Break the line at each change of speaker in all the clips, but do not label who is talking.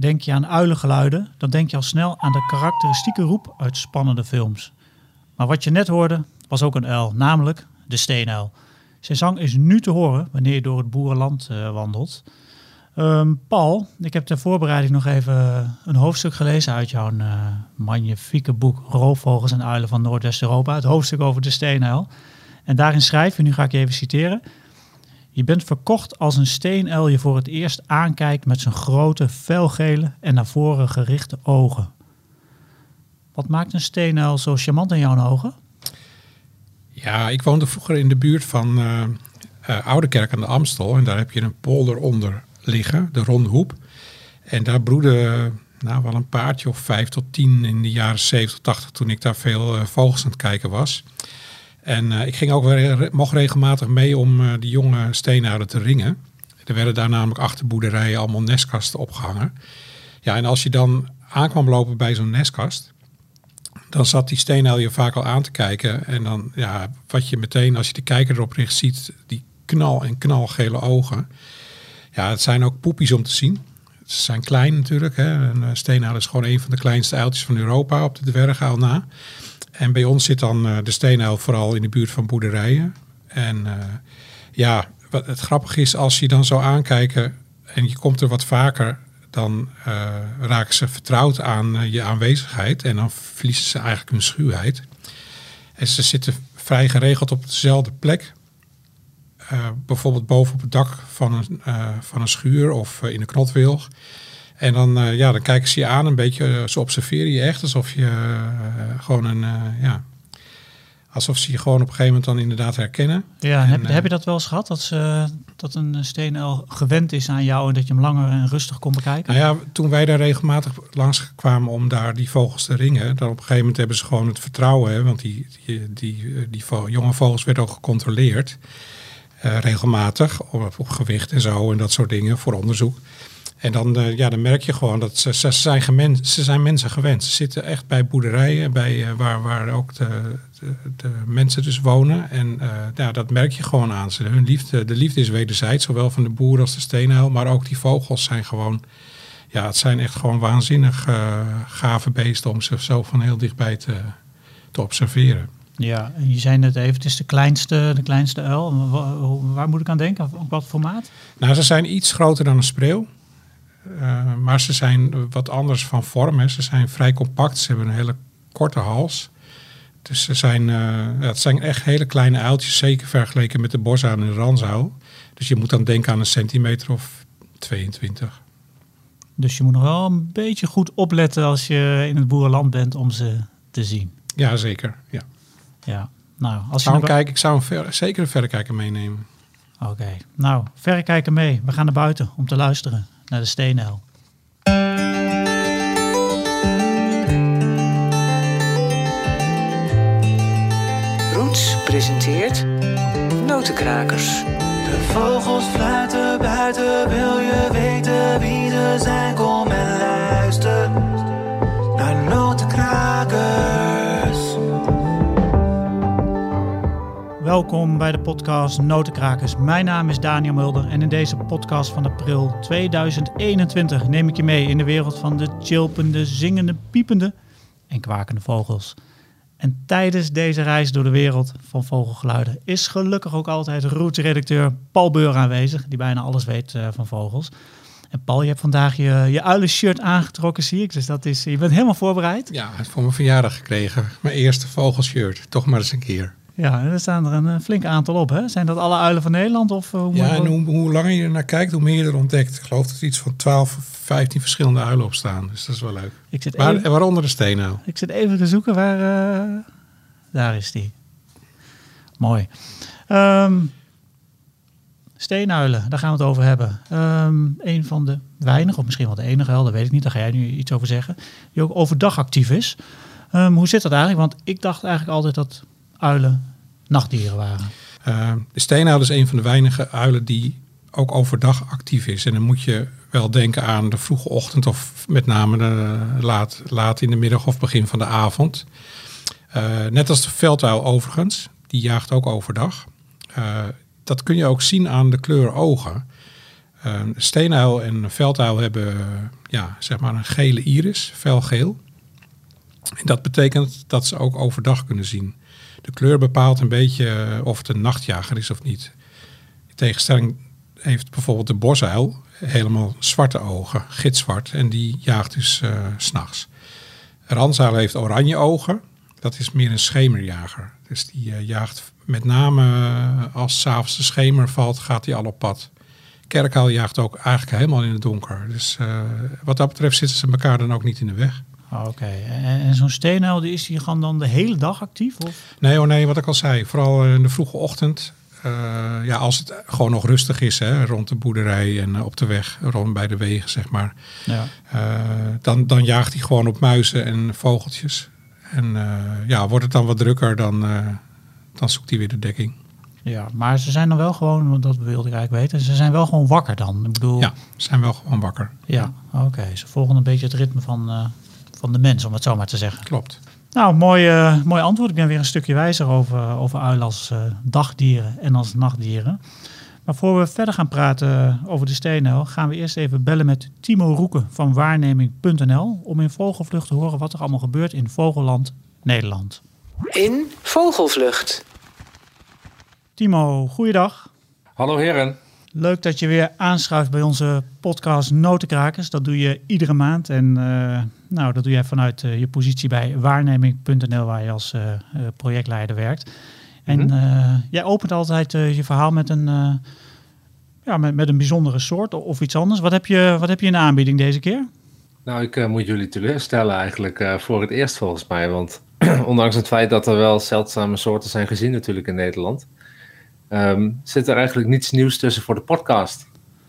denk je aan uilengeluiden, dan denk je al snel aan de karakteristieke roep uit spannende films. Maar wat je net hoorde, was ook een uil, namelijk de steenuil. Zijn zang is nu te horen wanneer je door het boerenland wandelt. Paul, ik heb ter voorbereiding nog even een hoofdstuk gelezen uit jouw magnifieke boek Roofvogels en uilen van Noordwest-Europa. Het hoofdstuk over de steenuil. En daarin schrijf je, nu ga ik je even citeren. Je bent verkocht als een steenuil je voor het eerst aankijkt met zijn grote, felgele en naar voren gerichte ogen. Wat maakt een steenuil zo charmant in jouw ogen?
Ja, ik woonde vroeger in de buurt van Oudekerk aan de Amstel. En daar heb je een polder onder liggen, de Ronde Hoep. En daar broedden wel een paardje of 5 tot 10 in de jaren 70, 80... toen ik daar veel vogels aan het kijken was. En ik ging ook mocht regelmatig mee om die jonge steenuilen te ringen. Er werden daar namelijk achter boerderijen allemaal nestkasten opgehangen. Ja, en als je dan aankwam lopen bij zo'n nestkast, dan zat die steenuil je vaak al aan te kijken. En dan, ja, wat je meteen, als je de kijker erop richt, ziet die knalgele ogen. Ja, het zijn ook poepies om te zien. Ze zijn klein natuurlijk. Hè. Een steenuil is gewoon een van de kleinste uiltjes van Europa op de dwerguil na. En bij ons zit dan de steenuil vooral in de buurt van boerderijen. En wat het grappige is, als je dan zo aankijken en je komt er wat vaker, dan raken ze vertrouwd aan je aanwezigheid. En dan verliezen ze eigenlijk hun schuwheid. En ze zitten vrij geregeld op dezelfde plek. Bijvoorbeeld boven op het dak van een schuur of in een knotwilg. En dan, dan kijken ze je aan een beetje, ze observeren je echt alsof je alsof ze je gewoon op een gegeven moment dan inderdaad herkennen.
Ja, en, heb je dat wel eens gehad, dat een steenuil gewend is aan jou en dat je hem langer en rustig kon bekijken?
Nou ja, toen wij daar regelmatig langs kwamen om daar die vogels te ringen, dan op een gegeven moment hebben ze gewoon het vertrouwen, hè, want die jonge vogels werden ook gecontroleerd. Regelmatig op gewicht en zo en dat soort dingen voor onderzoek. En dan merk je gewoon dat ze zijn mensen gewend. Ze zitten echt bij boerderijen, waar ook de mensen dus wonen. En dat merk je gewoon aan ze. De liefde is wederzijds, zowel van de boer als de steenuil. Maar ook die vogels zijn gewoon, ja, het zijn echt gewoon waanzinnig gave beesten om ze zo van heel dichtbij te observeren.
Ja, en je zei net even, het is de kleinste uil. Waar moet ik aan denken? Op wat formaat?
Nou, ze zijn iets groter dan een spreeuw. Maar ze zijn wat anders van vorm. Hè. Ze zijn vrij compact. Ze hebben een hele korte hals. Dus het zijn echt hele kleine uiltjes. Zeker vergeleken met de boshaan en de ransuil. Dus je moet dan denken aan een centimeter of 22. Dus
je moet nog wel een beetje goed opletten als je in het boerenland bent om ze te zien.
Ja, zeker. Ja.
Ja. Nou,
ik zou zeker een verrekijker meenemen.
Oké. Nou, verrekijker mee. We gaan naar buiten om te luisteren naar de steenuil.
Roots presenteert Notenkrakers.
De vogels fluiten buiten, wil je weten wie ze zijn? Kom en luister naar Notenkrakers.
Welkom bij de podcast Notenkrakers. Mijn naam is Daniel Mulder en in deze podcast van april 2021 neem ik je mee in de wereld van de chilpende, zingende, piepende en kwakende vogels. En tijdens deze reis door de wereld van vogelgeluiden is gelukkig ook altijd Roots-redacteur Paul Beur aanwezig, die bijna alles weet van vogels. En Paul, je hebt vandaag je uilenshirt aangetrokken, zie ik. Dus je bent helemaal voorbereid.
Ja, het voor mijn verjaardag gekregen. Mijn eerste vogelshirt. Toch maar eens een keer.
Ja, en er staan er een flink aantal op, hè? Zijn dat alle uilen van Nederland?
Hoe langer je er naar kijkt, hoe meer je er ontdekt. Ik geloof dat er iets van 12 of 15 verschillende uilen op staan. Dus dat is wel leuk. Waaronder de steenuil.
Ik zit even te zoeken waar... daar is die. Mooi. Steenuilen, daar gaan we het over hebben. Een van de weinige, of misschien wel de enige uil, dat weet ik niet. Daar ga jij nu iets over zeggen. Die ook overdag actief is. Hoe zit dat eigenlijk? Want ik dacht eigenlijk altijd dat uilen nachtdieren waren.
De steenuil is een van de weinige uilen die ook overdag actief is. En dan moet je wel denken aan de vroege ochtend of met name laat in de middag of begin van de avond. Net als de velduil overigens, die jaagt ook overdag. Dat kun je ook zien aan de kleur ogen. Steenuil en velduil hebben zeg maar een gele iris, felgeel. En dat betekent dat ze ook overdag kunnen zien. De kleur bepaalt een beetje of het een nachtjager is of niet. In tegenstelling heeft bijvoorbeeld de bosuil helemaal zwarte ogen, gitzwart. En die jaagt dus 's nachts. Ransuil heeft oranje ogen. Dat is meer een schemerjager. Dus die jaagt met name als 's avonds de schemer valt, gaat hij al op pad. Kerkuil jaagt ook eigenlijk helemaal in het donker. Dus wat dat betreft zitten ze elkaar dan ook niet in de weg.
Oké. En zo'n steenuil, is die gewoon dan de hele dag actief? Of?
Nee, wat ik al zei. Vooral in de vroege ochtend. Als het gewoon nog rustig is, hè, rond de boerderij en op de weg, rond bij de wegen, zeg maar. Ja. Dan jaagt hij gewoon op muizen en vogeltjes. En wordt het dan wat drukker, dan zoekt hij weer de dekking.
Ja, maar ze zijn dan wel gewoon, want dat wilde ik eigenlijk weten, ze zijn wel gewoon wakker dan? Ik bedoel...
Ja, ze zijn wel gewoon wakker.
Ja, oké. Ze volgen een beetje het ritme van de mens, om het zo maar te zeggen.
Klopt.
Nou, mooi antwoord. Ik ben weer een stukje wijzer over uilen als dagdieren en als nachtdieren. Maar voor we verder gaan praten over de steenuil, gaan we eerst even bellen met Timo Roeken van waarneming.nl om in vogelvlucht te horen wat er allemaal gebeurt in Vogelland, Nederland.
In Vogelvlucht.
Timo, goeiedag.
Hallo heren.
Leuk dat je weer aanschuift bij onze podcast Notenkrakers. Dat doe je iedere maand en dat doe jij vanuit je positie bij waarneming.nl waar je als projectleider werkt. En jij opent altijd je verhaal met een bijzondere soort of iets anders. Wat heb je in de aanbieding deze keer?
Nou, ik moet jullie teleurstellen eigenlijk voor het eerst volgens mij. Want ondanks het feit dat er wel zeldzame soorten zijn gezien natuurlijk in Nederland, zit er eigenlijk niets nieuws tussen voor de podcast.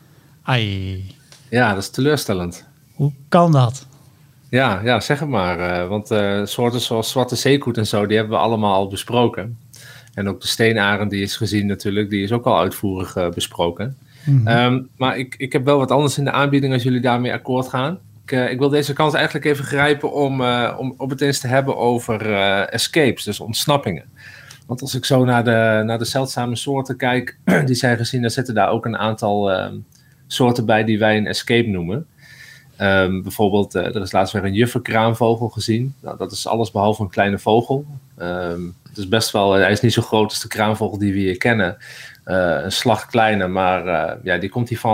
Ai.
Ja, dat is teleurstellend.
Hoe kan dat?
Ja, zeg het maar. Want soorten zoals zwarte zeekoet en zo, die hebben we allemaal al besproken. En ook de steenarend die is gezien natuurlijk, die is ook al uitvoerig besproken. Mm-hmm. Maar ik heb wel wat anders in de aanbieding als jullie daarmee akkoord gaan. Ik wil deze kans eigenlijk even grijpen om op het eens te hebben over escapes, dus ontsnappingen. Want als ik zo naar de zeldzame soorten kijk, die zijn gezien, dan zitten daar ook een aantal soorten bij die wij een escape noemen. Bijvoorbeeld, er is laatst weer een jufferkraanvogel gezien. Nou, dat is alles behalve een kleine vogel. Het is best wel, hij is niet zo groot als de kraanvogel die we hier kennen. Een slag kleiner, maar die komt hier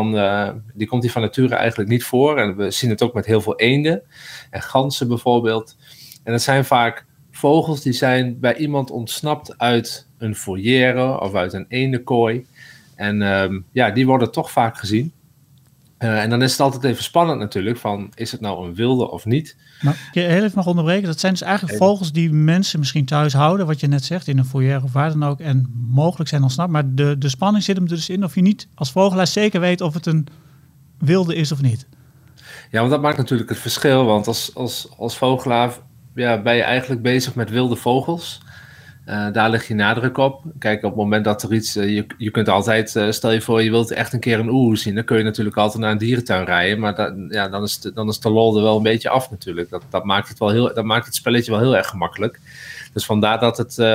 van nature eigenlijk niet voor. En we zien het ook met heel veel eenden en ganzen bijvoorbeeld. En dat zijn vaak vogels die zijn bij iemand ontsnapt uit een volière of uit een eendenkooi. En die worden toch vaak gezien. En dan is het altijd even spannend natuurlijk van, is het nou een wilde of niet?
Maar je heel even mag onderbreken, dat zijn dus eigenlijk vogels die mensen misschien thuis houden, wat je net zegt, in een foyer of waar dan ook, en mogelijk zijn ontsnapt. Maar de spanning zit hem dus in of je niet als vogelaar zeker weet of het een wilde is of niet.
Ja, want dat maakt natuurlijk het verschil, want als vogelaar ben je eigenlijk bezig met wilde vogels. Daar leg je nadruk op. Kijk, op het moment dat er iets... je kunt altijd... stel je voor, je wilt echt een keer een oer zien. Dan kun je natuurlijk altijd naar een dierentuin rijden. Maar dan is de lol er wel een beetje af natuurlijk. Dat maakt het spelletje wel heel erg gemakkelijk. Dus vandaar dat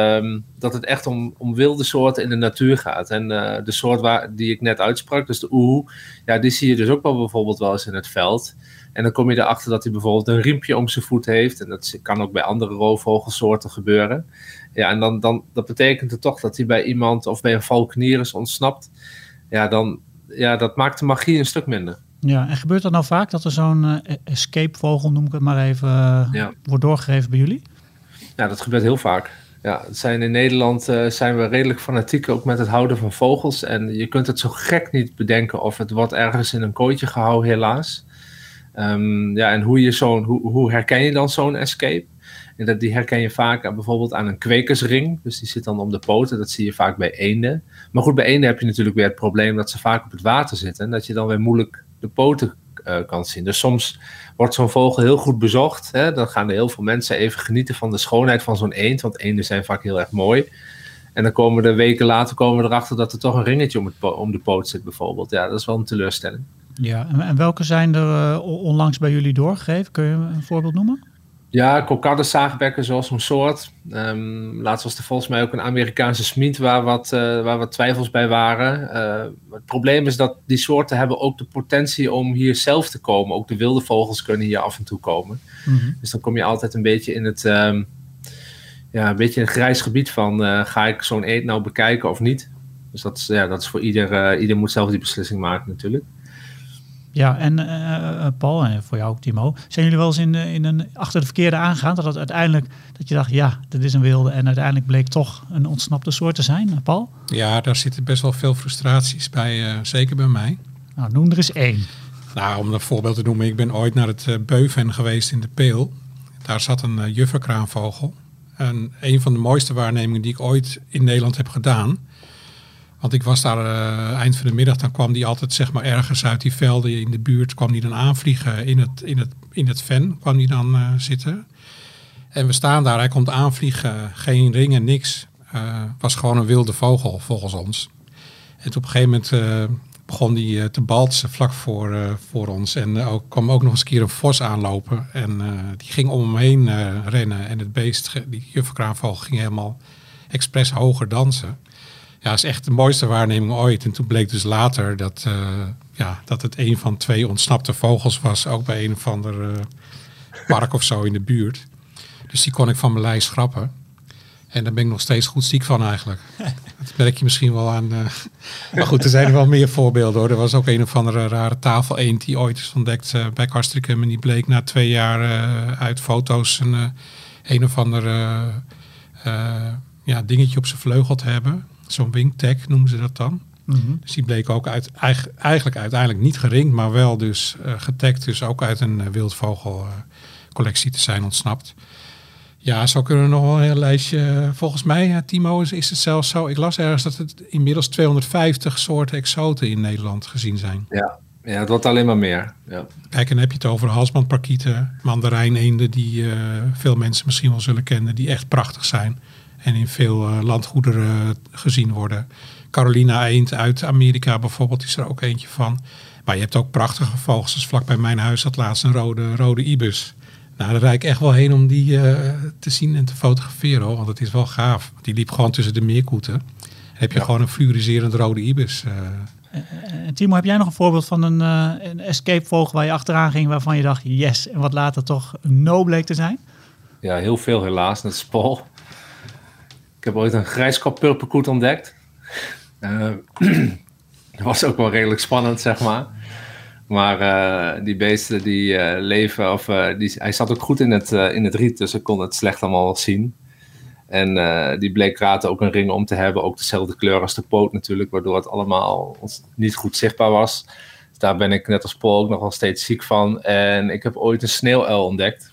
het echt om wilde soorten in de natuur gaat. En de soort die ik net uitsprak, dus de oer... Ja, die zie je dus ook wel bijvoorbeeld wel eens in het veld. En dan kom je erachter dat hij bijvoorbeeld een riempje om zijn voet heeft. En dat kan ook bij andere roofvogelsoorten gebeuren. Ja, en dat betekent het toch dat hij bij iemand of bij een valkenier is ontsnapt. Ja, dat maakt de magie een stuk minder.
Ja, en gebeurt dat nou vaak dat er zo'n escapevogel, noem ik het maar even, wordt doorgegeven bij jullie?
Ja, dat gebeurt heel vaak. Ja, in Nederland zijn we redelijk fanatiek ook met het houden van vogels. En je kunt het zo gek niet bedenken of het wordt ergens in een kooitje gehouden, helaas. En hoe herken je dan zo'n escape? En die herken je vaak bijvoorbeeld aan een kwekersring. Dus die zit dan om de poten. Dat zie je vaak bij eenden. Maar goed, bij eenden heb je natuurlijk weer het probleem dat ze vaak op het water zitten. En dat je dan weer moeilijk de poten kan zien. Dus soms wordt zo'n vogel heel goed bezocht. Hè? Dan gaan er heel veel mensen even genieten van de schoonheid van zo'n eend. Want eenden zijn vaak heel erg mooi. En dan komen we weken later erachter dat er toch een ringetje om de poot zit bijvoorbeeld. Ja, dat is wel een teleurstelling.
Ja, en welke zijn er onlangs bij jullie doorgegeven? Kun je een voorbeeld noemen?
Ja, kokaddenzaagbekken zoals zo'n soort. Laatst was er volgens mij ook een Amerikaanse smid waar wat twijfels bij waren. Het probleem is dat die soorten hebben ook de potentie om hier zelf te komen. Ook de wilde vogels kunnen hier af en toe komen. Mm-hmm. Dus dan kom je altijd een beetje in het, een beetje in het grijs gebied van ga ik zo'n eend nou bekijken of niet. Dus dat is voor ieder moet zelf die beslissing maken natuurlijk.
Ja, en Paul, en voor jou ook Timo, zijn jullie wel eens in een achter de verkeerde aangegaan? Dat uiteindelijk, dat je dacht, ja, dit is een wilde en uiteindelijk bleek toch een ontsnapte soort te zijn, Paul?
Ja, daar zitten best wel veel frustraties bij, zeker bij mij.
Nou, noem er eens 1.
Nou, om een voorbeeld te noemen, ik ben ooit naar het Beuven geweest in de Peel. Daar zat een jufferkraanvogel. En een van de mooiste waarnemingen die ik ooit in Nederland heb gedaan. Want ik was daar eind van de middag, dan kwam die altijd zeg maar ergens uit die velden in de buurt, kwam die dan aanvliegen in het ven, kwam die dan zitten. En we staan daar, hij komt aanvliegen, geen ringen, niks. Was gewoon een wilde vogel volgens ons. En op een gegeven moment begon die te baltsen vlak voor ons. En kwam ook nog eens een keer een vos aanlopen. En die ging om hem heen rennen. En het beest, die jufferkraanvogel, ging helemaal expres hoger dansen. Ja, dat is echt de mooiste waarneming ooit. En toen bleek dus later dat het een van 2 ontsnapte vogels was. Ook bij een of ander park of zo in de buurt. Dus die kon ik van mijn lijst schrappen. En daar ben ik nog steeds goed ziek van eigenlijk. Dat merk je misschien wel aan. Maar goed, er zijn er wel meer voorbeelden hoor. Er was ook een of andere rare tafeleend die ooit is ontdekt bij Castricum. En die bleek na 2 jaar uit foto's een of ander dingetje op zijn vleugel te hebben. Zo'n wingtag noemen ze dat dan. Mm-hmm. Dus die bleek ook eigenlijk uiteindelijk niet geringd, maar wel dus getagd. Dus ook uit een wildvogelcollectie te zijn ontsnapt. Ja, zo kunnen we nog wel een heel lijstje. Volgens mij, Timo, is het zelfs zo. Ik las ergens dat het inmiddels 250 soorten exoten in Nederland gezien zijn.
Ja, het wordt alleen maar meer. Ja.
Kijk, en dan heb je het over halsbandparkieten, mandarijneenden die veel mensen misschien wel zullen kennen, die echt prachtig zijn. En in veel landgoederen gezien worden. Carolina eend uit Amerika bijvoorbeeld is er ook eentje van. Maar je hebt ook prachtige vogels. Dus vlak bij mijn huis had laatst een rode ibis. Nou, daar rijd ik echt wel heen om die te zien en te fotograferen. Hoor, want het is wel gaaf. Die liep gewoon tussen de meerkoeten. Dan heb je gewoon een fluoriserend rode ibis.
Timo, heb jij nog een voorbeeld van een escape vogel waar je achteraan ging waarvan je dacht yes en wat later toch een no bleek te zijn?
Ja, heel veel helaas. Dat is Paul. Ik heb ooit een grijskop purperkoet ontdekt. Dat was ook wel redelijk spannend, zeg maar. Maar die beesten die leven, hij zat ook goed in het riet, dus ik kon het slecht allemaal zien. En die bleek later ook een ring om te hebben, ook dezelfde kleur als de poot natuurlijk, waardoor het allemaal niet goed zichtbaar was. Dus daar ben ik net als Paul ook nog wel steeds ziek van. En ik heb ooit een sneeuwuil ontdekt.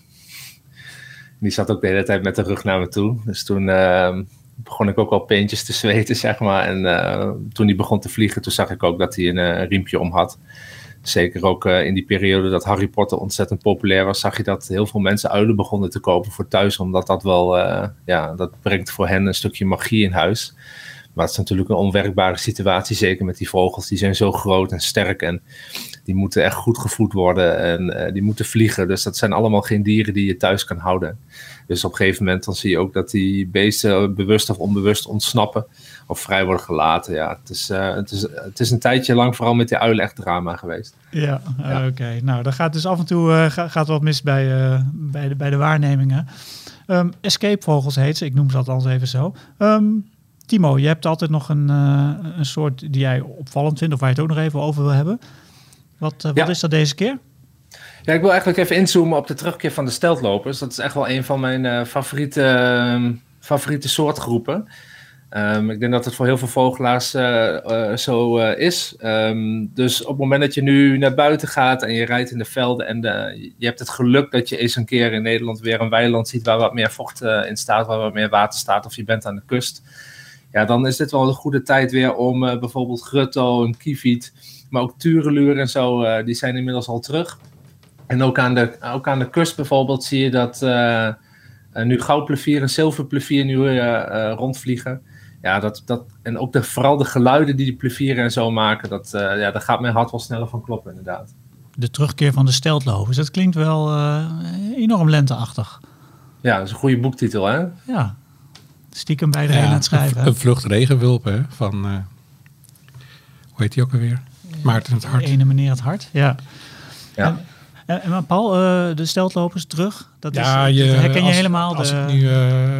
Die zat ook de hele tijd met de rug naar me toe. Dus toen begon ik ook wel peentjes te zweten, zeg maar. En toen die begon te vliegen, toen zag ik ook dat hij een riempje om had. Zeker ook in die periode dat Harry Potter ontzettend populair was, zag je dat heel veel mensen uilen begonnen te kopen voor thuis. Omdat dat wel, dat brengt voor hen een stukje magie in huis. Maar het is natuurlijk een onwerkbare situatie, zeker met die vogels. Die zijn zo groot en sterk en die moeten echt goed gevoed worden en die moeten vliegen. Dus dat zijn allemaal geen dieren die je thuis kan houden. Dus op een gegeven moment dan zie je ook dat die beesten bewust of onbewust ontsnappen of vrij worden gelaten. Ja, het is een tijdje lang vooral met die uilen echt drama geweest.
Ja. Oké. Nou, dan gaat dus af en toe gaat wat mis bij de waarnemingen. Escape vogels heet ze, ik noem ze althans even zo. Timo, je hebt altijd nog een soort die jij opvallend vindt of waar je het ook nog even over wil hebben. Wat is dat deze keer?
Ja, ik wil eigenlijk even inzoomen op de terugkeer van de steltlopers. Dat is echt wel een van mijn favoriete soortgroepen. Ik denk dat het voor heel veel vogelaars zo is. Dus op het moment dat je nu naar buiten gaat en je rijdt in de velden en je hebt het geluk dat je eens een keer in Nederland weer een weiland ziet waar wat meer vocht in staat, waar wat meer water staat of je bent aan de kust. Ja, dan is dit wel een goede tijd weer om bijvoorbeeld grutto en kieviet, maar ook tureluur en zo, die zijn inmiddels al terug. En ook aan de kust bijvoorbeeld zie je dat nu goudplevier en zilverplevier nu rondvliegen. Ja, en ook vooral de geluiden die plevieren en zo maken, daar gaat mijn hart wel sneller van kloppen inderdaad.
De terugkeer van de steltlovers, dat klinkt wel enorm lenteachtig.
Ja, dat is een goede boektitel, hè?
Ja, stiekem bij de aan het schrijven.
Een vlucht regenwulpen, hè? Van, hoe heet die ook alweer? Maarten het Hart.
Ene meneer het Hart, ja.
Ja.
En Paul, de steltlopers terug, dat
Ja,
herken je helemaal.
Als ik nu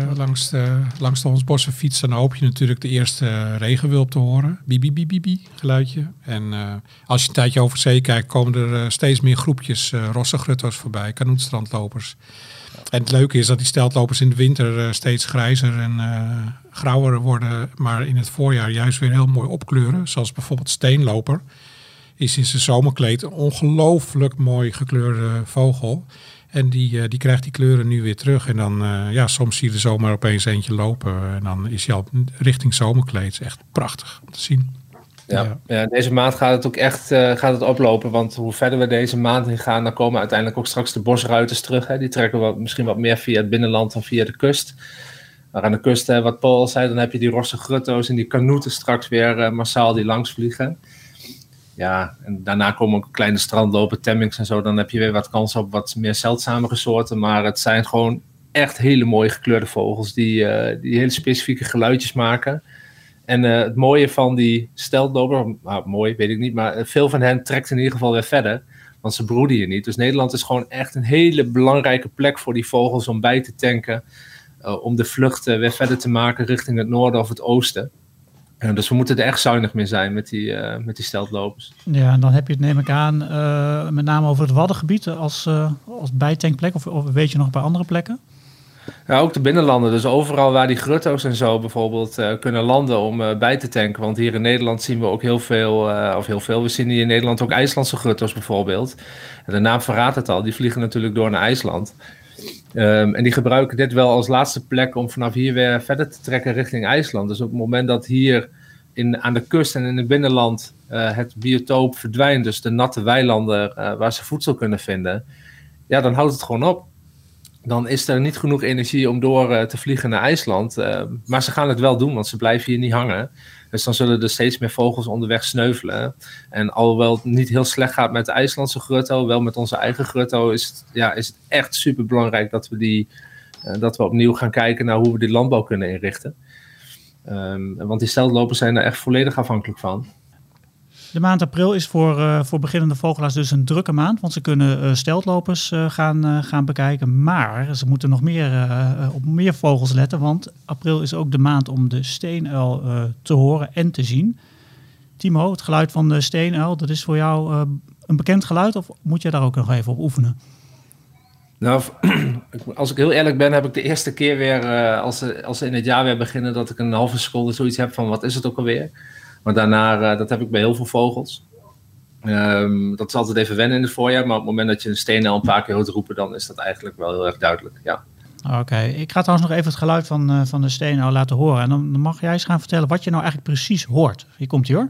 langs de Hondsbossen fiets, dan hoop je natuurlijk de eerste regenwulp te horen. Bibi, geluidje. En als je een tijdje over zee kijkt, komen er steeds meer groepjes rossegrutto's voorbij, kanoenstrandlopers. En het leuke is dat die steltlopers in de winter steeds grijzer en grauwer worden, maar in het voorjaar juist weer heel mooi opkleuren. Zoals bijvoorbeeld steenloper. Is in zijn zomerkleed een ongelooflijk mooi gekleurde vogel. En die krijgt die kleuren nu weer terug. En dan, soms zie je er zomaar opeens eentje lopen. En dan is hij al richting zomerkleed. Het is echt prachtig om te zien.
Ja, deze maand gaat het ook echt oplopen. Want hoe verder we deze maand in gaan, dan komen uiteindelijk ook straks de bosruiters terug. Hè. Die trekken misschien wat meer via het binnenland dan via de kust. Maar aan de kust, wat Paul al zei, dan heb je die rosse grutto's en die kanoeten straks weer massaal die langs vliegen. Ja, en daarna komen ook kleine strandlopen, temmings en zo. Dan heb je weer wat kans op wat meer zeldzamere soorten. Maar het zijn gewoon echt hele mooie gekleurde vogels die hele specifieke geluidjes maken. En het mooie van die steltloper, mooi weet ik niet, maar veel van hen trekt in ieder geval weer verder. Want ze broeden hier niet. Dus Nederland is gewoon echt een hele belangrijke plek voor die vogels om bij te tanken. Om de vlucht weer verder te maken richting het noorden of het oosten. Dus we moeten er echt zuinig mee zijn met die steltlopers.
Ja, en dan heb je het, neem ik aan, met name over het Waddengebied als bijtankplek. Of weet je nog bij andere plekken?
Ja, ook de binnenlanden. Dus overal waar die grutto's en zo bijvoorbeeld kunnen landen om bij te tanken. Want hier in Nederland zien we ook heel veel. We zien hier in Nederland ook IJslandse grutto's bijvoorbeeld. En de naam verraadt het al. Die vliegen natuurlijk door naar IJsland. En die gebruiken dit wel als laatste plek om vanaf hier weer verder te trekken richting IJsland. Dus op het moment dat hier aan de kust en in het binnenland het biotoop verdwijnt, dus de natte weilanden waar ze voedsel kunnen vinden, ja, dan houdt het gewoon op. Dan is er niet genoeg energie om door te vliegen naar IJsland. Maar ze gaan het wel doen, want ze blijven hier niet hangen. Dus dan zullen er steeds meer vogels onderweg sneuvelen. En alhoewel het niet heel slecht gaat met de IJslandse grutto, wel met onze eigen grutto, is het echt super belangrijk dat we opnieuw gaan kijken naar hoe we die landbouw kunnen inrichten. Want die steltlopers zijn er echt volledig afhankelijk van.
De maand april is voor beginnende vogelaars dus een drukke maand, want ze kunnen steltlopers gaan bekijken. Maar ze moeten nog op meer vogels letten, want april is ook de maand om de steenuil te horen en te zien. Timo, het geluid van de steenuil, dat is voor jou een bekend geluid of moet je daar ook nog even op oefenen? Nou,
als ik heel eerlijk ben, heb ik de eerste keer weer, als ze in het jaar weer beginnen, dat ik een halve seconde zoiets heb van wat is het ook alweer? Maar daarna, dat heb ik bij heel veel vogels. Dat is altijd even wennen in het voorjaar. Maar op het moment dat je een steenuil een paar keer hoort roepen, dan is dat eigenlijk wel heel erg duidelijk. Ja.
Oké, ik ga trouwens nog even het geluid van de steenuil laten horen. En dan mag jij eens gaan vertellen wat je nou eigenlijk precies hoort. Hier komt hij hoor.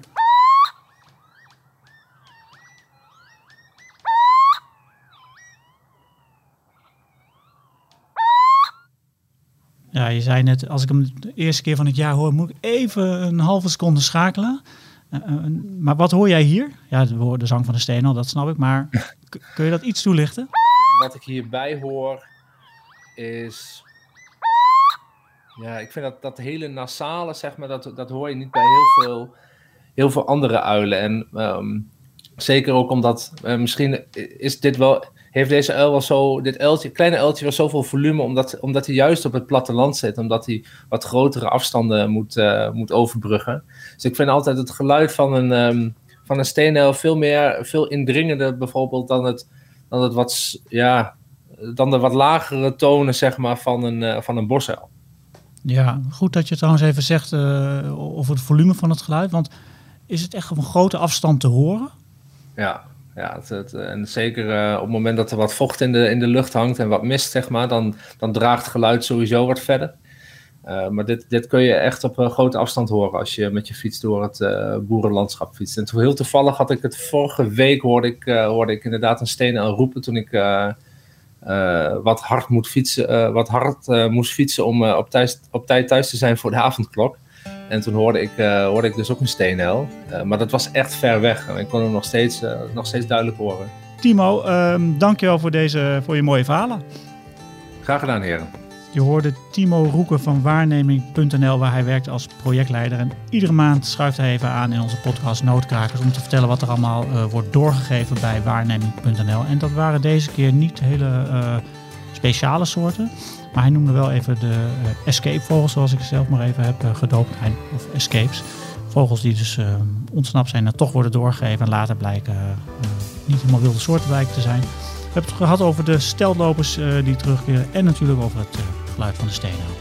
Ja, je zei net, als ik hem de eerste keer van het jaar hoor, moet ik even een halve seconde schakelen. Maar wat hoor jij hier? Ja, de zang van de steenuil, dat snap ik. Maar kun je dat iets toelichten?
Wat ik hierbij hoor is... Ja, ik vind dat hele nasale, zeg maar, dat hoor je niet bij heel veel andere uilen. En zeker ook omdat misschien is dit wel... Heeft deze uil wel zo, kleine uiltje wel zoveel volume, omdat hij juist op het platteland zit, omdat hij wat grotere afstanden moet overbruggen. Dus ik vind altijd het geluid van een steenuil veel indringender bijvoorbeeld dan de wat lagere tonen, zeg maar, van een bosuil.
Ja, goed dat je trouwens even zegt over het volume van het geluid, want is het echt op een grote afstand te horen?
Ja, en zeker op het moment dat er wat vocht in de lucht hangt en wat mist, zeg maar, dan draagt geluid sowieso wat verder. Maar dit kun je echt op een grote afstand horen als je met je fiets door het boerenlandschap fietst. En heel toevallig had ik het vorige week, hoorde ik inderdaad een steenuil roepen toen ik wat hard moest fietsen om op tijd thuis te zijn voor de avondklok. En toen hoorde ik dus ook een steenuil. Maar dat was echt ver weg. En ik kon hem nog steeds duidelijk horen.
Timo, dankjewel voor je mooie verhalen.
Graag gedaan, heren.
Je hoorde Timo Roeken van waarneming.nl, waar hij werkt als projectleider. En iedere maand schuift hij even aan in onze podcast Noodkrakers om te vertellen wat er allemaal wordt doorgegeven bij waarneming.nl. En dat waren deze keer niet hele speciale soorten. Maar hij noemde wel even de escapevogels, zoals ik zelf maar even heb gedoopt. Of escapes. Vogels die dus ontsnapt zijn en toch worden doorgegeven en later blijken niet helemaal wilde soorten blijken te zijn. We hebben het gehad over de steltlopers die terugkeren en natuurlijk over het geluid van de steenuil.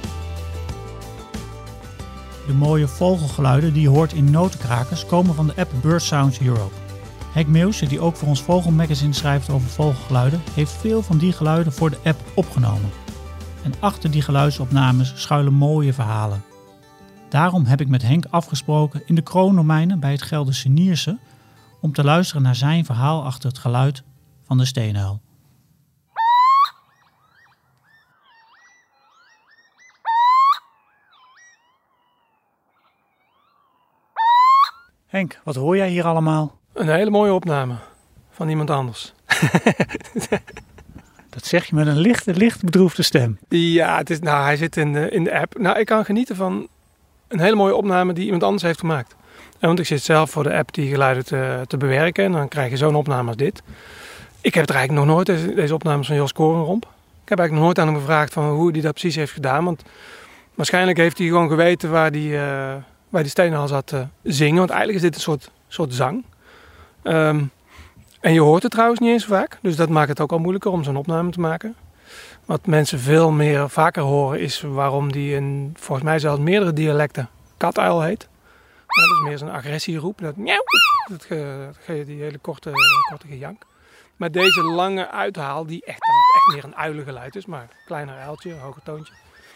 De mooie vogelgeluiden die je hoort in Notenkrakers komen van de app Bird Sounds Europe. Henk Meeuwse, die ook voor ons Vogelmagazine schrijft over vogelgeluiden, heeft veel van die geluiden voor de app opgenomen. En achter die geluidsopnames schuilen mooie verhalen. Daarom heb ik met Henk afgesproken in de Kroondomeinen bij het Gelderse Nierse om te luisteren naar zijn verhaal achter het geluid van de steenuil. Henk, wat hoor jij hier allemaal?
Een hele mooie opname van iemand anders.
Dat zeg je met een licht bedroefde stem.
Ja, hij zit in de app. Nou, ik kan genieten van een hele mooie opname die iemand anders heeft gemaakt. Want ik zit zelf voor de app die geluiden te bewerken. En dan krijg je zo'n opname als dit. Ik heb het eigenlijk nog nooit, deze opnames van Jos Korenromp. Ik heb eigenlijk nog nooit aan hem gevraagd van hoe hij dat precies heeft gedaan. Want waarschijnlijk heeft hij gewoon geweten waar die steenuil zat te zingen. Want eigenlijk is dit een soort zang. En je hoort het trouwens niet eens zo vaak. Dus dat maakt het ook al moeilijker om zo'n opname te maken. Wat mensen vaker horen is waarom die in volgens mij zelfs meerdere dialecten katuil heet. Dat is meer zo'n agressieroep. Dat geeft die hele korte gejank. Maar deze lange uithaal, die echt meer een uilengeluid is, maar een kleiner uiltje, een hoger toontje.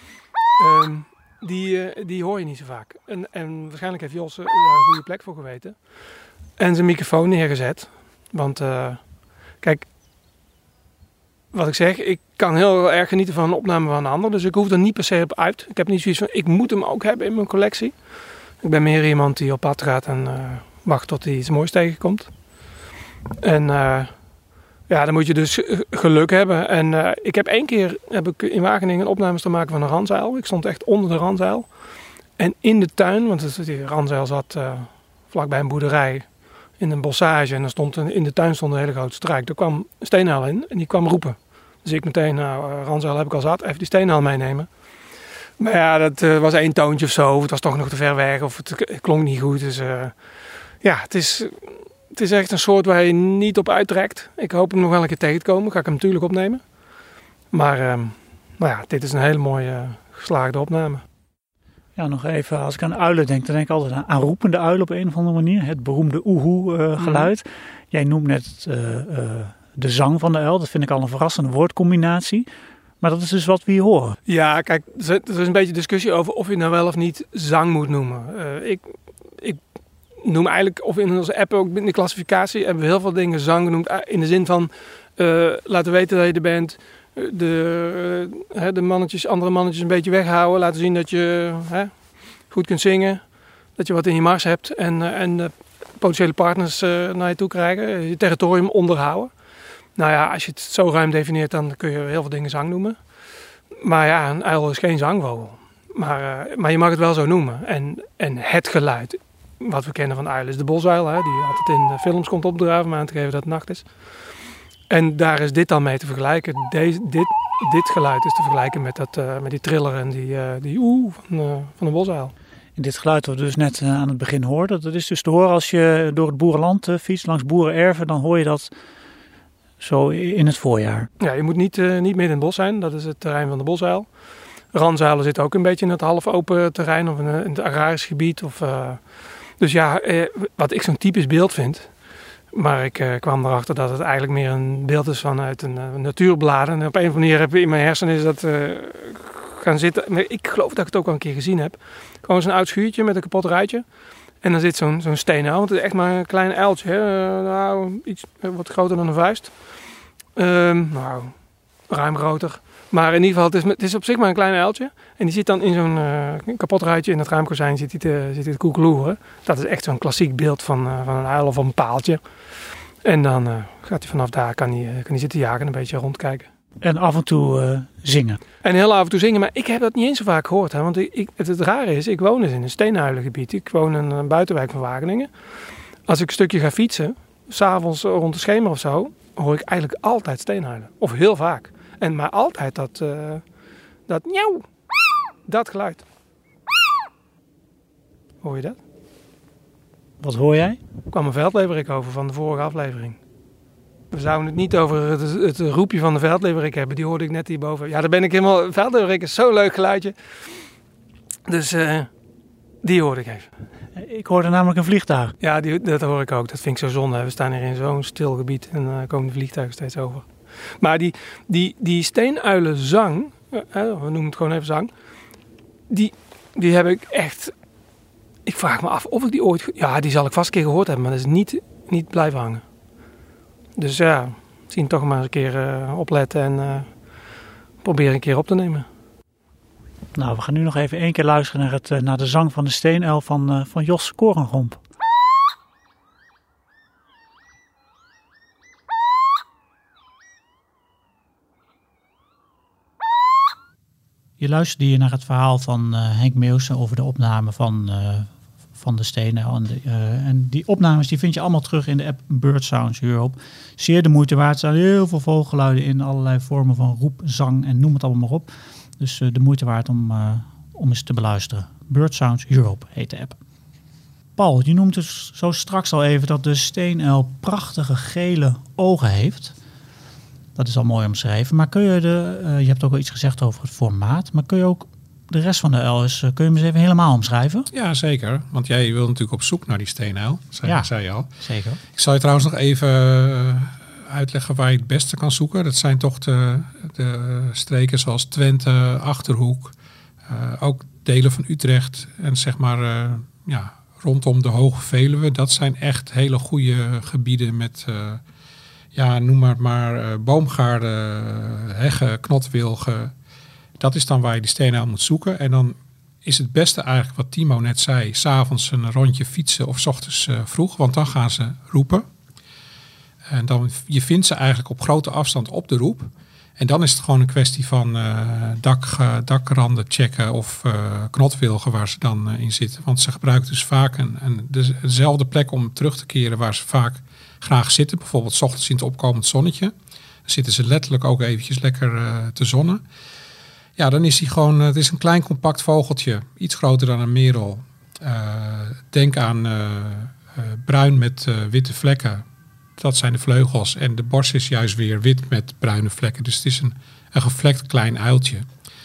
Die hoor je niet zo vaak. En waarschijnlijk heeft Jos daar een goede plek voor geweten. En zijn microfoon neergezet. Want kijk, wat ik zeg, ik kan heel erg genieten van een opname van een ander. Dus ik hoef er niet per se op uit. Ik heb niet zoiets van, ik moet hem ook hebben in mijn collectie. Ik ben meer iemand die op pad gaat en wacht tot hij iets moois tegenkomt. En dan moet je dus geluk hebben. En ik heb 1 keer in Wageningen opnames te maken van een ranzuil. Ik stond echt onder de ranzuil. En in de tuin, want die ranzuil zat vlakbij een boerderij in een bossage. En in de tuin stond een hele grote struik. Er kwam een steenuil in en die kwam roepen. Dus ik meteen, ranzuil heb ik al zat, even die steenuil meenemen. Maar ja, dat was 1 toontje of zo. Het was toch nog te ver weg of het klonk niet goed. Dus het is echt een soort waar je niet op uittrekt. Ik hoop hem nog wel een keer tegen te komen. Ga ik hem natuurlijk opnemen. Maar dit is een hele mooie geslaagde opname.
Ja, nog even, als ik aan uilen denk, dan denk ik altijd aan roepende uilen op een of andere manier. Het beroemde oehoe geluid. Jij noemt net de zang van de uil. Dat vind ik al een verrassende woordcombinatie. Maar dat is dus wat we hier horen.
Ja, kijk, er is een beetje discussie over of je nou wel of niet zang moet noemen. Ik noem eigenlijk, of in onze app ook in de klassificatie, hebben we heel veel dingen zang genoemd. In de zin van, laten weten dat je er bent. De mannetjes, andere mannetjes een beetje weghouden. Laten zien dat je goed kunt zingen. Dat je wat in je mars hebt. En potentiële partners naar je toe krijgen. Je territorium onderhouden. Nou ja, als je het zo ruim definieert, dan kun je heel veel dingen zang noemen. Maar ja, een uil is geen zangvogel. Maar je mag het wel zo noemen. En het geluid, wat we kennen van uilen, is de bosuil. Die altijd in de films komt opdraven om aan te geven dat het nacht is. En daar is dit dan mee te vergelijken. Dit geluid is te vergelijken met die triller en die oeh van de bosuil.
En dit geluid wat we dus net aan het begin hoorden, dat is dus te horen als je door het boerenland fietst, langs boerenerven, dan hoor je dat zo in het voorjaar. Ja,
je moet niet midden in het bos zijn. Dat is het terrein van de bosuil. Ranzuilen zitten ook een beetje in het half open terrein of in het agrarisch gebied. Dus ja, wat ik zo'n typisch beeld vind. Maar ik kwam erachter dat het eigenlijk meer een beeld is vanuit een natuurblad. En op een of andere manier heb ik in mijn hersenen is dat gaan zitten. Maar ik geloof dat ik het ook al een keer gezien heb. Gewoon zo'n oud schuurtje met een kapot ruitje. En dan zit zo'n steenuil. Want het is echt maar een klein uiltje. Iets wat groter dan een vuist. Ruim groter. Maar in ieder geval, het is op zich maar een klein uiltje. En die zit dan in zo'n kapot ruitje. In het ruimkozijn zit hij te koekeloeren. Dat is echt zo'n klassiek beeld van een uil of een paaltje. En dan gaat hij vanaf daar, kan hij zitten jagen en een beetje rondkijken.
En af en toe zingen.
En heel af en toe zingen, maar ik heb dat niet eens zo vaak gehoord. Hè? Want het rare is, ik woon dus in een steenhuilengebied. Ik woon in een buitenwijk van Wageningen. Als ik een stukje ga fietsen, 's avonds rond de schemer of zo, hoor ik eigenlijk altijd steenhuilen. Of heel vaak. Maar altijd dat njauw, dat geluid. Hoor je dat?
Wat hoor jij?
Er kwam een veldleverik over van de vorige aflevering. We zouden het niet over het roepje van de veldleverik hebben. Die hoorde ik net hierboven. Ja, daar ben ik helemaal... Veldleverik is zo'n leuk geluidje. Dus die hoorde ik even.
Ik hoorde namelijk een vliegtuig.
Ja, dat hoor ik ook. Dat vind ik zo zonde. We staan hier in zo'n stil gebied en komen de vliegtuigen steeds over. Maar die steenuilenzang, we noemen het gewoon even zang, die heb ik echt... Ik vraag me af of ik die ooit... Ja, die zal ik vast een keer gehoord hebben, maar dat is niet blijven hangen. Dus ja, misschien toch maar eens een keer opletten en proberen een keer op te nemen.
Nou, we gaan nu nog even 1 keer luisteren naar de zang van de steenuil van Jos Korengomp. Je luisterde hier naar het verhaal van Henk Meeuwsen over de opname van de steenuil. En die opnames die vind je allemaal terug in de app Bird Sounds Europe. Zeer de moeite waard. Er staan heel veel vogelgeluiden in allerlei vormen van roep, zang en noem het allemaal maar op. Dus de moeite waard om eens te beluisteren. Bird Sounds Europe heet de app. Paul, je noemt dus zo straks al even dat de steenuil prachtige gele ogen heeft. Dat is al mooi omschreven. Maar kun je je hebt ook al iets gezegd over het formaat, maar kun je ook de rest van de uil kun je hem eens even helemaal omschrijven?
Ja, zeker. Want jij wil natuurlijk op zoek naar die steenuil, zei je al.
Zeker.
Ik zal je trouwens nog even uitleggen waar je het beste kan zoeken. Dat zijn toch de streken zoals Twente, Achterhoek, ook delen van Utrecht en zeg maar rondom de Hoge Veluwe. Dat zijn echt hele goede gebieden met... noem maar boomgaarden, heggen, knotwilgen. Dat is dan waar je die steenuil moet zoeken. En dan is het beste eigenlijk wat Timo net zei. 's Avonds een rondje fietsen of 's ochtends vroeg. Want dan gaan ze roepen. En dan, je vindt ze eigenlijk op grote afstand op de roep. En dan is het gewoon een kwestie van dakranden checken of knotwilgen waar ze dan in zitten. Want ze gebruiken dus vaak dezelfde plek om terug te keren waar ze vaak graag zitten. Bijvoorbeeld 's ochtends in het opkomend zonnetje. Dan zitten ze letterlijk ook eventjes lekker te zonnen. Ja, dan is hij gewoon... het is een klein compact vogeltje. Iets groter dan een merel. Denk aan bruin met witte vlekken. Dat zijn de vleugels. En de borst is juist weer wit met bruine vlekken. Dus het is een gevlekt klein uiltje.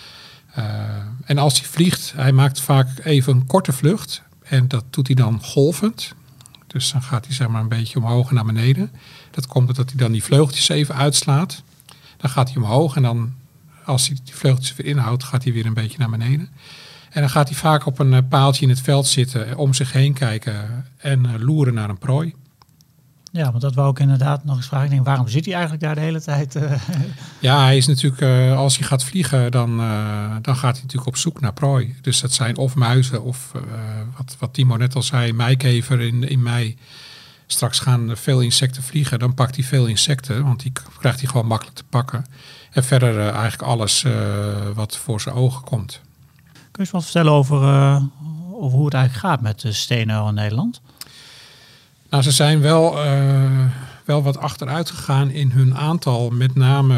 En als hij vliegt, hij maakt vaak even een korte vlucht. En dat doet hij dan golvend. Dus dan gaat hij zeg maar een beetje omhoog en naar beneden. Dat komt omdat hij dan die vleugeltjes even uitslaat. Dan gaat hij omhoog en dan, als hij die vleugeltjes weer inhoudt, gaat hij weer een beetje naar beneden. En dan gaat hij vaak op een paaltje in het veld zitten, om zich heen kijken en loeren naar een prooi.
Ja, want dat wou ik inderdaad nog eens vragen. Ik denk, waarom zit hij eigenlijk daar de hele tijd?
Ja, hij is natuurlijk, als hij gaat vliegen, dan gaat hij natuurlijk op zoek naar prooi. Dus dat zijn of muizen of wat Timo net al zei, meikever in mei. Straks gaan veel insecten vliegen. Dan pakt hij veel insecten, want die krijgt hij gewoon makkelijk te pakken. En verder eigenlijk alles wat voor zijn ogen komt.
Kun je eens wat vertellen over hoe het eigenlijk gaat met de steenuil in Nederland?
Nou, ze zijn wel wat achteruit gegaan in hun aantal, met name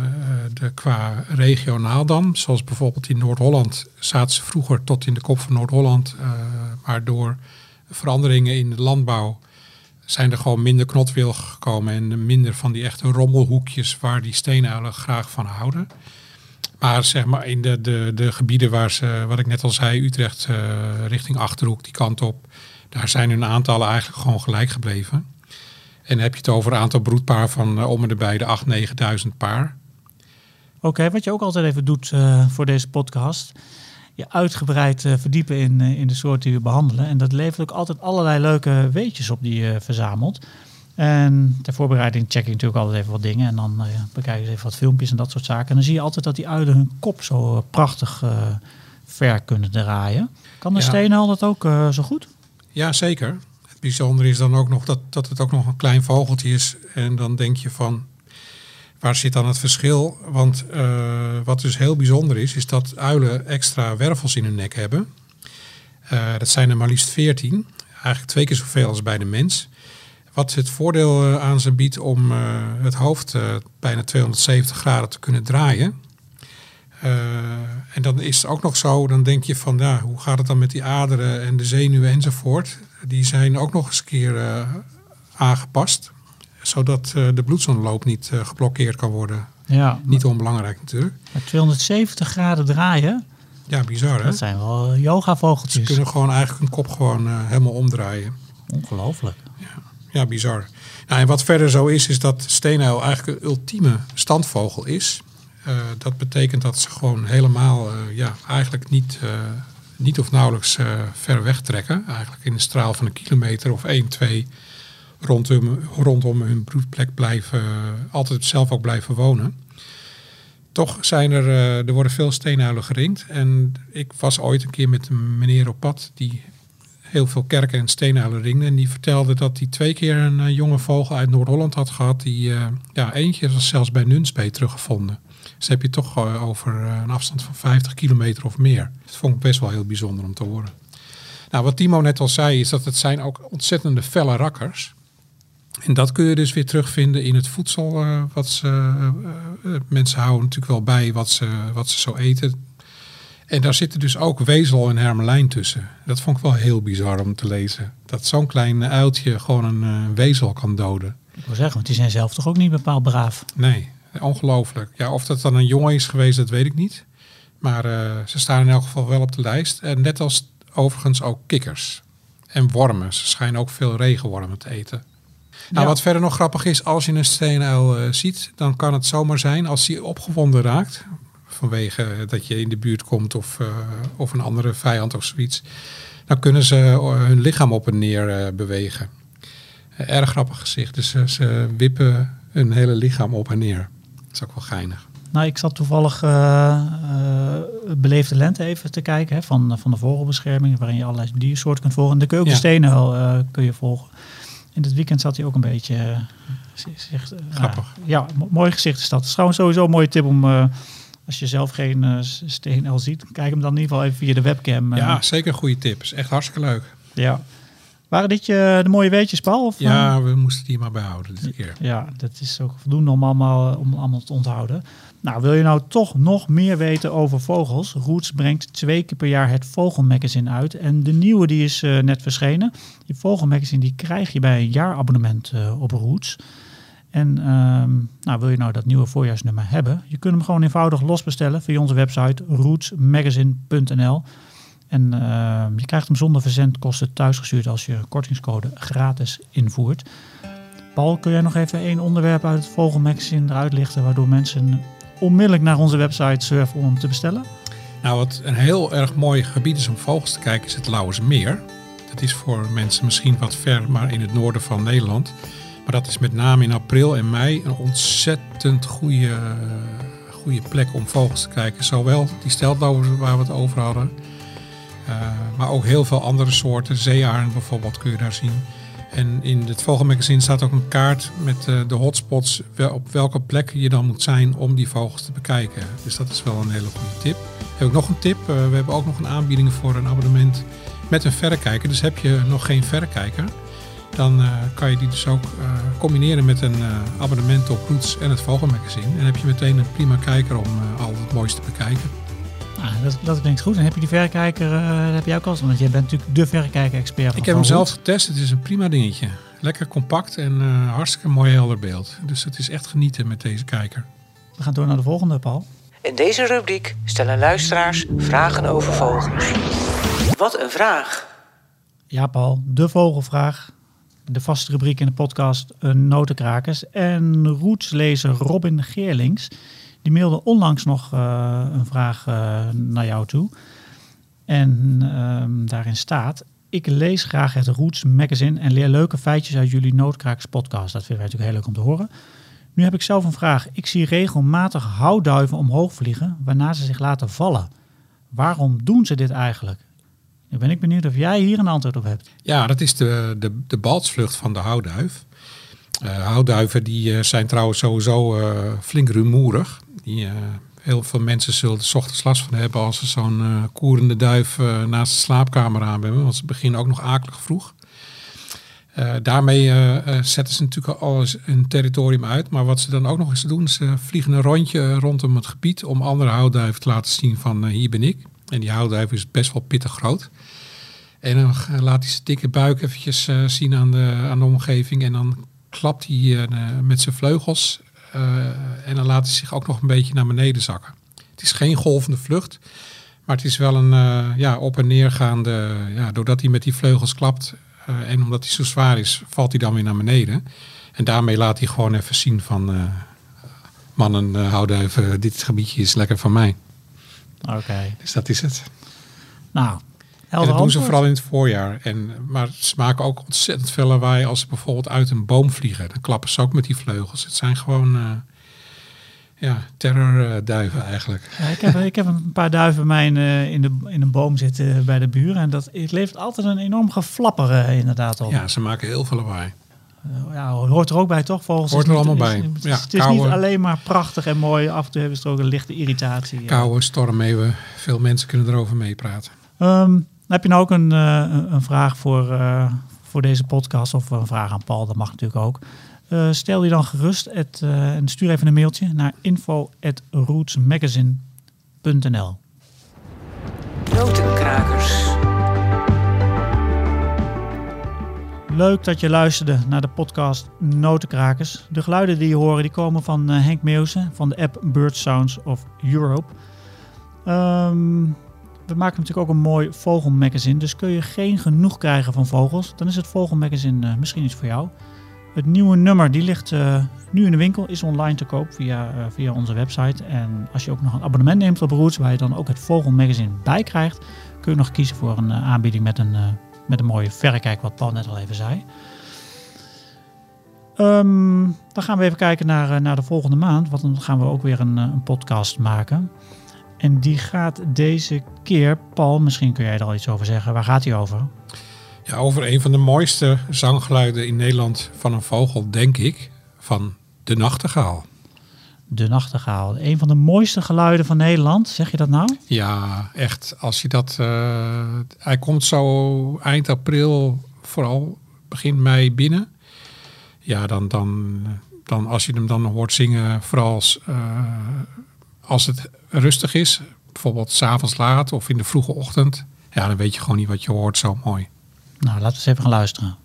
qua regionaal dan. Zoals bijvoorbeeld in Noord-Holland zaten ze vroeger tot in de kop van Noord-Holland. Maar door veranderingen in de landbouw zijn er gewoon minder knotwilgen gekomen en minder van die echte rommelhoekjes waar die steenuilen graag van houden. Maar zeg maar in de gebieden waar ze, wat ik net al zei, Utrecht richting Achterhoek, die kant op, daar zijn hun aantallen eigenlijk gewoon gelijk gebleven. En dan heb je het over een aantal broedpaar van om en bij de 8.000, 9.000 paar.
Oké, wat je ook altijd even doet voor deze podcast, je uitgebreid verdiepen in de soorten die we behandelen. En dat levert ook altijd allerlei leuke weetjes op die je verzamelt. En ter voorbereiding check je natuurlijk altijd even wat dingen. En dan bekijk je even wat filmpjes en dat soort zaken. En dan zie je altijd dat die uilen hun kop zo prachtig ver kunnen draaien. Kan de steenuil dat ook zo goed?
Ja, zeker. Het bijzondere is dan ook nog dat het ook nog een klein vogeltje is. En dan denk je van, Waar zit dan het verschil? Want wat dus heel bijzonder is dat uilen extra wervels in hun nek hebben. Dat zijn er maar liefst 14. Eigenlijk 2 keer zoveel als bij de mens. Wat het voordeel aan ze biedt om het hoofd bijna 270 graden te kunnen draaien. En dan is het ook nog zo, dan denk je van ja, hoe gaat het dan met die aderen en de zenuwen enzovoort. Die zijn ook nog eens een keer aangepast. Zodat de bloedsomloop niet geblokkeerd kan worden.
Ja,
niet onbelangrijk natuurlijk.
Maar 270 graden draaien,
ja, bizar hè?
Dat zijn wel yoga-vogeltjes.
Ze kunnen gewoon eigenlijk hun kop gewoon helemaal omdraaien.
Ongelooflijk.
Ja, bizar. Nou, en wat verder zo is dat steenuil eigenlijk een ultieme standvogel is. Dat betekent dat ze gewoon helemaal eigenlijk niet of nauwelijks ver weg trekken. Eigenlijk in een straal van 1 kilometer of 1, 2 rondom hun broedplek altijd zelf ook blijven wonen. Toch zijn er worden veel steenuilen geringd. En ik was ooit een keer met een meneer op pad die heel veel kerken en steenuilen ringde. En die vertelde dat hij 2 keer een jonge vogel uit Noord-Holland had gehad. Die eentje was zelfs bij Nunspeet teruggevonden. Dus heb je toch over een afstand van 50 kilometer of meer. Dat vond ik best wel heel bijzonder om te horen. Nou, wat Timo net al zei is dat het zijn ook ontzettende felle rakkers. En dat kun je dus weer terugvinden in het voedsel. Mensen houden natuurlijk wel bij wat ze zo eten. En daar zitten dus ook wezel en hermelijn tussen. Dat vond ik wel heel bizar om te lezen. Dat zo'n klein uiltje gewoon een wezel kan doden.
Ik wil zeggen, want die zijn zelf toch ook niet bepaald braaf?
Nee, ongelooflijk. Ja, of dat dan een jongen is geweest, dat weet ik niet. Maar ze staan in elk geval wel op de lijst. En net als overigens ook kikkers en wormen. Ze schijnen ook veel regenwormen te eten. Nou, wat verder nog grappig is, als je een steenuil ziet, dan kan het zomaar zijn als hij opgewonden raakt. Vanwege dat je in de buurt komt of een andere vijand of zoiets. Dan kunnen ze hun lichaam op en neer bewegen. Erg grappig gezicht. Dus ze wippen hun hele lichaam op en neer. Dat is ook wel geinig.
Nou, ik zat toevallig Beleefde Lente even te kijken van de vogelbescherming, waarin je allerlei diersoorten kunt volgen. En de keukensteenuil kun je volgen. In dit weekend zat hij ook een beetje...
grappig.
Mooi gezicht is dat. Het is trouwens sowieso een mooie tip om... als je zelf geen steenuil ziet, kijk hem dan in ieder geval even via de webcam.
Ja, zeker een goede tip. Is echt hartstikke leuk.
Ja. Waren dit de mooie weetjes, Paul? Of,
ja, we moesten die maar bijhouden dit keer.
Ja, dat is ook voldoende om allemaal te onthouden. Nou, wil je nou toch nog meer weten over vogels? Roots brengt 2 keer per jaar het Vogelmagazine uit. En de nieuwe die is net verschenen. Die Vogelmagazine die krijg je bij een jaarabonnement op Roots. En wil je nou dat nieuwe voorjaarsnummer hebben? Je kunt hem gewoon eenvoudig losbestellen via onze website rootsmagazine.nl. En je krijgt hem zonder verzendkosten thuisgestuurd als je kortingscode gratis invoert. Paul, kun jij nog even 1 onderwerp uit het Vogelmagazine eruit lichten, waardoor mensen onmiddellijk naar onze website surfen om hem te bestellen?
Nou, wat een heel erg mooi gebied is om vogels te kijken, is het Lauwersmeer. Dat is voor mensen misschien wat ver, maar in het noorden van Nederland. Maar dat is met name in april en mei een ontzettend goede plek om vogels te kijken. Zowel die steltlovers waar we het over hadden, maar ook heel veel andere soorten. Zeearend bijvoorbeeld kun je daar zien. En in het Vogelmagazine staat ook een kaart met de hotspots op welke plek je dan moet zijn om die vogels te bekijken. Dus dat is wel een hele goede tip. Heb ik nog een tip. We hebben ook nog een aanbieding voor een abonnement met een verrekijker. Dus heb je nog geen verrekijker, dan kan je die dus ook combineren met een abonnement op Roots en het Vogelmagazine. En heb je meteen een prima kijker om al het mooiste te bekijken.
Dat klinkt goed. En heb je die verrekijker, heb jij ook al? Want jij bent natuurlijk de verrekijker-expert van.
Ik heb hem zelf getest. Het is een prima dingetje. Lekker compact en hartstikke mooi helder beeld. Dus het is echt genieten met deze kijker.
We gaan door naar de volgende, Paul.
In deze rubriek stellen luisteraars vragen over vogels. Wat een vraag!
Ja, Paul, de vogelvraag. De vaste rubriek in de podcast Notenkrakers. En Rootslezer Robin Geerlings, die mailde onlangs nog een vraag naar jou toe. En daarin staat: ik lees graag het Roots Magazine en leer leuke feitjes uit jullie Notenkrakers podcast. Dat vinden wij natuurlijk heel leuk om te horen. Nu heb ik zelf een vraag. Ik zie regelmatig houtduiven omhoog vliegen, waarna ze zich laten vallen. Waarom doen ze dit eigenlijk? Nu ben ik benieuwd of jij hier een antwoord op hebt.
Ja, dat is de baltsvlucht van de houtduif. Houtduiven die zijn trouwens sowieso flink rumoerig. Heel veel mensen zullen er 's ochtends last van hebben als ze zo'n koerende duif naast de slaapkamer aan hebben. Want ze beginnen ook nog akelig vroeg. Daarmee zetten ze natuurlijk alles een territorium uit. Maar wat ze dan ook nog eens doen, ze vliegen een rondje rondom het gebied om andere houtduiven te laten zien van hier ben ik. En die houtduif is best wel pittig groot. En dan laat hij zijn dikke buik eventjes zien aan de omgeving. En dan klapt hij met zijn vleugels. En dan laat hij zich ook nog een beetje naar beneden zakken. Het is geen golvende vlucht. Maar het is wel een op- en neergaande... Ja, doordat hij met die vleugels klapt... en omdat hij zo zwaar is, valt hij dan weer naar beneden. En daarmee laat hij gewoon even zien van... mannen, houtduiven, dit gebiedje is lekker van mij.
Oké.
Dus dat is het.
Nou,
en dat doen ze vooral in het voorjaar. Maar ze maken ook ontzettend veel lawaai als ze bijvoorbeeld uit een boom vliegen. Dan klappen ze ook met die vleugels. Het zijn gewoon terrorduiven eigenlijk.
Ja, ik heb een paar duiven bij mij in een boom zitten bij de buren. En het levert altijd een enorm geflapper inderdaad op.
Ja, ze maken heel veel lawaai.
Hoort er ook bij toch? Volgens
hoort er allemaal bij.
Het is niet alleen maar prachtig en mooi. Af en toe hebben ze er ook een lichte irritatie.
Koude stormmeeuwen. Veel mensen kunnen erover meepraten.
Heb je nou ook een vraag voor deze podcast of een vraag aan Paul? Dat mag natuurlijk ook. Stel die dan gerust en stuur even een mailtje naar info@rootsmagazine.nl.
Notenkrakers.
Leuk dat je luisterde naar de podcast Notenkrakers. De geluiden die je horen die komen van Henk Meeuwsen van de app Bird Sounds of Europe. We maken natuurlijk ook een mooi vogelmagazine. Dus kun je geen genoeg krijgen van vogels, dan is het vogelmagazine misschien iets voor jou. Het nieuwe nummer die ligt nu in de winkel, is online te koop via onze website. En als je ook nog een abonnement neemt op Roots, waar je dan ook het vogelmagazine bij krijgt, kun je nog kiezen voor een aanbieding met een mooie verrekijk, wat Paul net al even zei. Dan gaan we even kijken naar de volgende maand, want dan gaan we ook weer een podcast maken. En die gaat deze keer, Paul, misschien kun jij er al iets over zeggen. Waar gaat die over?
Ja, over een van de mooiste zanggeluiden in Nederland van een vogel, denk ik, van de nachtegaal.
De nachtegaal, een van de mooiste geluiden van Nederland, zeg je dat nou? Ja,
echt. Als je dat, hij komt zo eind april, vooral begin mei binnen. Ja, dan als je hem dan hoort zingen, vooral als het rustig is, bijvoorbeeld 's avonds laat of in de vroege ochtend, ja, dan weet je gewoon niet wat je hoort, zo mooi.
Nou, laten we eens even gaan luisteren.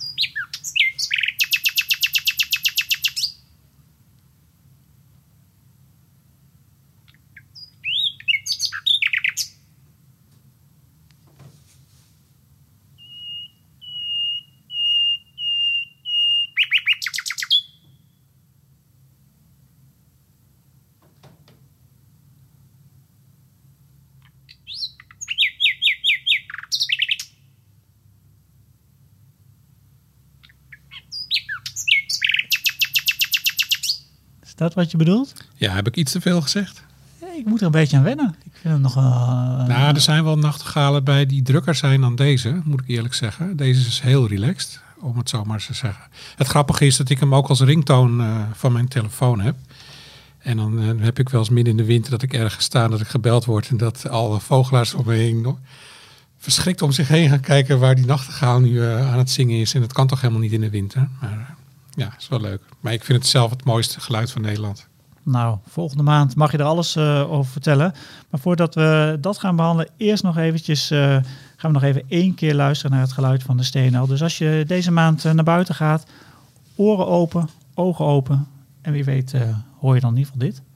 Is dat wat je bedoelt?
Ja, heb ik iets te veel gezegd?
Ja, ik moet er een beetje aan wennen. Ik vind het nog...
er zijn wel nachtegalen bij die drukker zijn dan deze, moet ik eerlijk zeggen. Deze is heel relaxed, om het zo maar te zeggen. Het grappige is dat ik hem ook als ringtoon van mijn telefoon heb. En dan heb ik wel eens midden in de winter dat ik ergens sta, dat ik gebeld word en dat alle vogelaars om me heen verschrikt om zich heen gaan kijken waar die nachtegaal nu aan het zingen is. En dat kan toch helemaal niet in de winter. Maar ja, is wel leuk. Maar ik vind het zelf het mooiste geluid van Nederland.
Nou, volgende maand mag je er alles over vertellen. Maar voordat we dat gaan behandelen, eerst nog eventjes gaan we nog even 1 keer luisteren naar het geluid van de steenuil. Dus als je deze maand naar buiten gaat, oren open, ogen open. En wie weet hoor je dan in ieder geval dit.